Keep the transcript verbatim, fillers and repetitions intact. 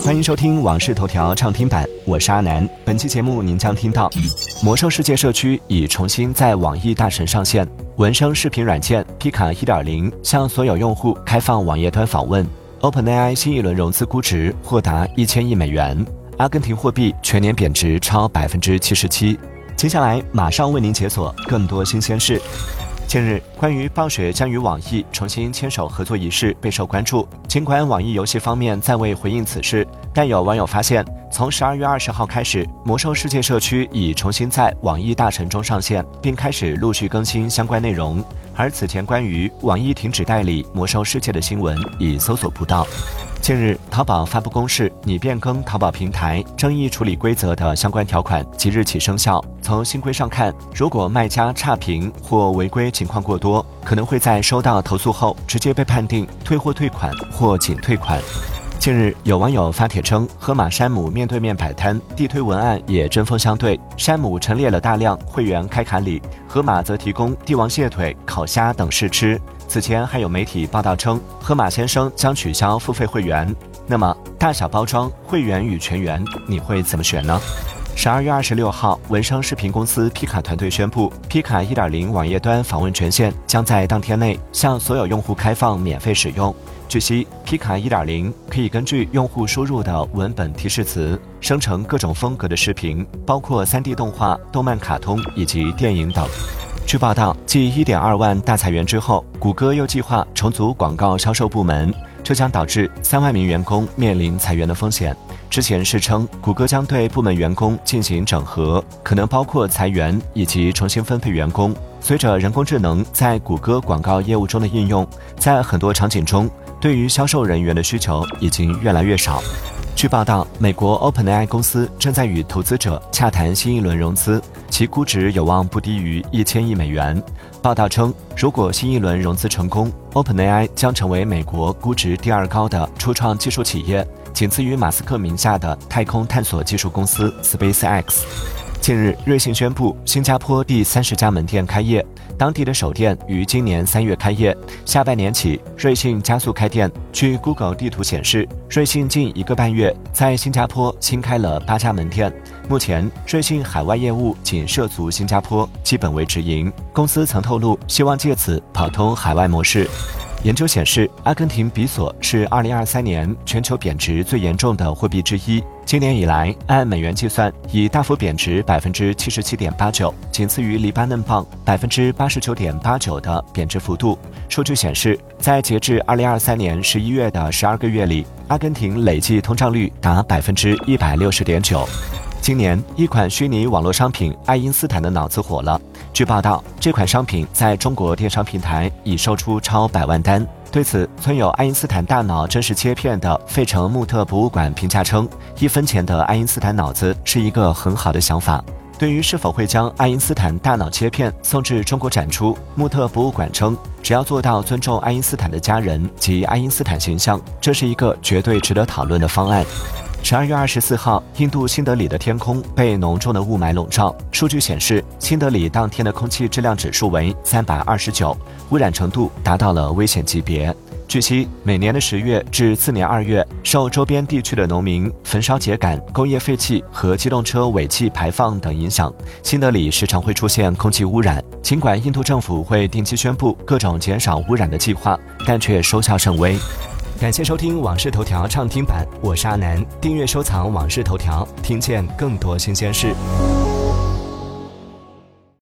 欢迎收听《往事头条》畅听版，我是阿南。本期节目您将听到：魔兽世界社区已重新在网易大神上线；文生视频软件皮卡 一点零 向所有用户开放网页端访问；OpenAI 新一轮融资估值获达一千亿美元；阿根廷货币全年贬值超百分之七十七。接下来马上为您解锁更多新鲜事。近日，关于暴雪将与网易重新牵手合作一事备受关注。尽管网易游戏方面暂未回应此事，但有网友发现，从十二月二十号开始，魔兽世界社区已重新在网易大神中上线，并开始陆续更新相关内容。而此前关于网易停止代理魔兽世界的新闻已搜索不到。近日，淘宝发布公示，拟变更淘宝平台争议处理规则的相关条款即日起生效。从新规上看，如果卖家差评或违规情况过多，可能会在收到投诉后直接被判定退货退款或仅退款。近日，有网友发帖称，盒马山姆面对面摆摊，地推文案也针锋相对。山姆陈列了大量会员开卡礼，盒马则提供帝王蟹腿、烤虾等试吃。此前还有媒体报道称，盒马先生将取消付费会员。那么，大小包装、会员与全员，你会怎么选呢？十二月二十六号，文生视频公司皮卡团队宣布，皮卡 一点零 网页端访问权限将在当天内向所有用户开放免费使用。据悉，皮卡 一点零 可以根据用户输入的文本提示词生成各种风格的视频，包括 三 D 动画、动漫卡通以及电影等。据报道，继 一点二万大裁员之后，谷歌又计划重组广告销售部门，这将导致三万名员工面临裁员的风险。之前是称，谷歌将对部门员工进行整合，可能包括裁员以及重新分配员工。随着人工智能在谷歌广告业务中的应用，在很多场景中，对于销售人员的需求已经越来越少。据报道，美国 OpenAI 公司正在与投资者洽谈新一轮融资，其估值有望不低于一千亿美元。报道称，如果新一轮融资成功， OpenAI 将成为美国估值第二高的初创技术企业，仅次于马斯克名下的太空探索技术公司 SpaceX。近日，瑞幸宣布新加坡第三十家门店开业，当地的首店于今年三月开业。下半年起，瑞幸加速开店。据 Google 地图显示，瑞幸近一个半月在新加坡新开了八家门店。目前，瑞幸海外业务仅涉足新加坡，基本为直营。公司曾透露，希望借此跑通海外模式。研究显示，阿根廷比索是二零二三年全球贬值最严重的货币之一。今年以来，按美元计算，已大幅贬值百分之七十七点八九，仅次于黎巴嫩镑百分之八十九点八九的贬值幅度。数据显示，在截至二零二三年十一月的十二个月里，阿根廷累计通胀率达百分之一百六十点九。今年，一款虚拟网络商品爱因斯坦的脑子火了。据报道，这款商品在中国电商平台已售出超百万单。对此，存有爱因斯坦大脑真实切片的费城穆特博物馆评价称，一分钱的爱因斯坦脑子是一个很好的想法。对于是否会将爱因斯坦大脑切片送至中国展出，穆特博物馆称，只要做到尊重爱因斯坦的家人及爱因斯坦形象，这是一个绝对值得讨论的方案。十二月二十四号，印度新德里的天空被浓重的雾霾笼罩。数据显示，新德里当天的空气质量指数为三百二十九，污染程度达到了危险级别。据悉，每年的十月至次年二月，受周边地区的农民焚烧秸秆、工业废气和机动车尾气排放等影响，新德里时常会出现空气污染。尽管印度政府会定期宣布各种减少污染的计划，但却收效甚微。感谢收听《往事头条》畅听版，我是阿南。订阅收藏《往事头条》，听见更多新鲜事。